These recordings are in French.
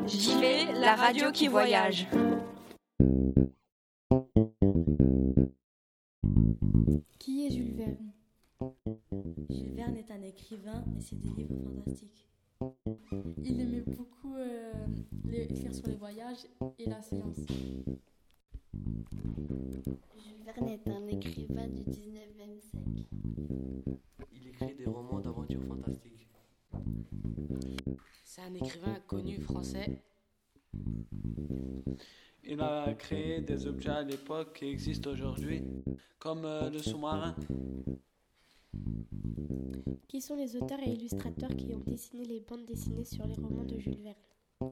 JV, la radio qui voyage. Qui est Jules Verne? Jules Verne est un écrivain et c'est des livres fantastiques. Il aimait beaucoup écrire sur les voyages et la science. Jules Verne est un écrivain du 19e siècle. Il écrit des romans d'aventure fantastiques. C'est un écrivain connu français. Il a créé des objets à l'époque qui existent aujourd'hui, comme le sous-marin. Qui sont les auteurs et illustrateurs qui ont dessiné les bandes dessinées sur les romans de Jules Verne?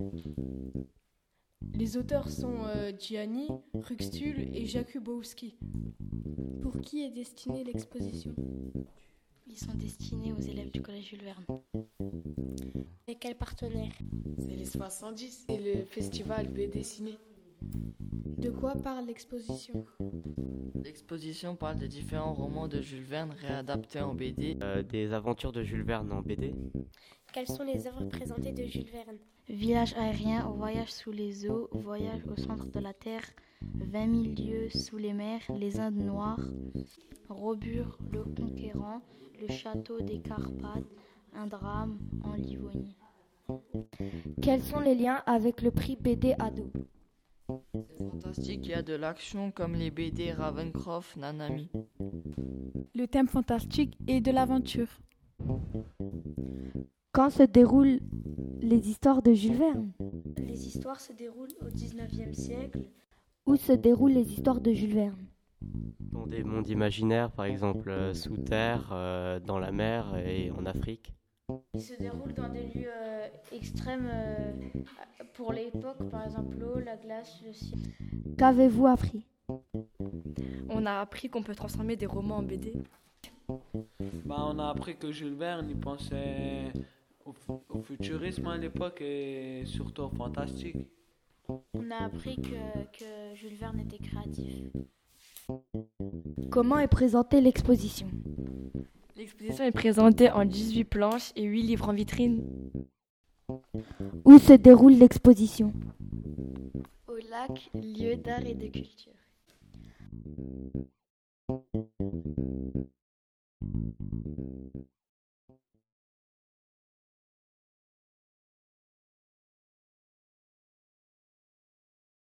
Les auteurs sont Gianni, Ruxtul et Jakubowski. Pour qui est destinée l'exposition? Ils sont destinés aux élèves du collège Jules Verne. Et quel partenaire? C'est les 70 et le festival BD dessiné. De quoi parle l'exposition? L'exposition parle des différents romans de Jules Verne réadaptés en BD. Des aventures de Jules Verne en BD. Quelles sont les œuvres présentées de Jules Verne? Village aérien, Voyage sous les eaux, Voyage au centre de la Terre, 20 000 lieues sous les mers, Les Indes noires, Robur le Conquérant, Le château des Carpates, Un drame en Livonie. Quels sont les liens avec le prix BD Ado? C'est fantastique, il y a de l'action comme les BD Ravencroft, Nanami. Le thème fantastique et de l'aventure. Quand se déroulent les histoires de Jules Verne? Les histoires se déroulent au 19e siècle. Où se déroulent les histoires de Jules Verne? Dans des mondes imaginaires, par exemple sous terre, dans la mer et en Afrique. Ils se déroulent dans des lieux extrêmes pour l'époque, par exemple l'eau, la glace, le ciel. Qu'avez-vous appris? On a appris qu'on peut transformer des romans en BD. On a appris que Jules Verne il pensait au futurisme à l'époque et surtout au fantastique. On a appris que Jules Verne était créatif. Comment est présentée l'exposition? L'exposition est présentée en 18 planches et 8 livres en vitrine. Où se déroule l'exposition? Au lac, lieu d'art et de culture.